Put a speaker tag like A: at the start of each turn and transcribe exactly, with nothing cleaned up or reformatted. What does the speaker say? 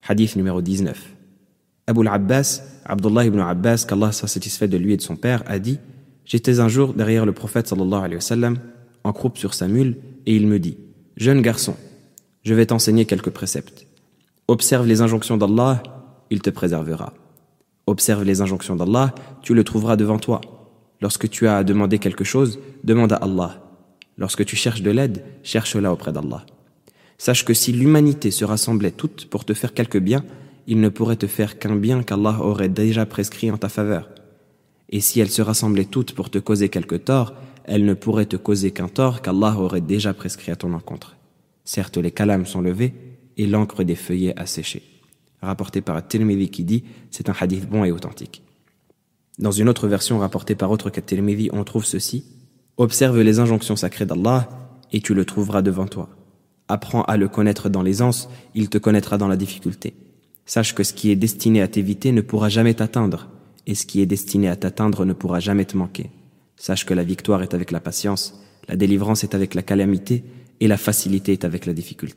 A: Hadith numéro dix-neuf. Abu al-Abbas, Abdullah ibn Abbas, qu'Allah soit satisfait de lui et de son père, a dit « J'étais un jour derrière le prophète sallallahu alayhi wa sallam, en croupe sur sa mule, et il me dit « Jeune garçon, je vais t'enseigner quelques préceptes. Observe les injonctions d'Allah, il te préservera. Observe les injonctions d'Allah, tu le trouveras devant toi. Lorsque tu as à demander quelque chose, demande à Allah. Lorsque tu cherches de l'aide, cherche-la auprès d'Allah. Sache que si l'humanité se rassemblait toute pour te faire quelque bien, il ne pourrait te faire qu'un bien qu'Allah aurait déjà prescrit en ta faveur. Et si elles se rassemblaient toutes pour te causer quelque tort, elles ne pourraient te causer qu'un tort qu'Allah aurait déjà prescrit à ton encontre. Certes, les calames sont levés et l'encre des feuillets a séché. » Rapporté par At-Tirmidhi qui dit « C'est un hadith bon et authentique. » Dans une autre version rapportée par autre qu'At-Tirmidhi, on trouve ceci: « Observe les injonctions sacrées d'Allah et tu le trouveras devant toi. Apprends à le connaître dans l'aisance, il te connaîtra dans la difficulté. Sache que ce qui est destiné à t'éviter ne pourra jamais t'atteindre, et ce qui est destiné à t'atteindre ne pourra jamais te manquer. Sache que la victoire est avec la patience, la délivrance est avec la calamité, et la facilité est avec la difficulté. »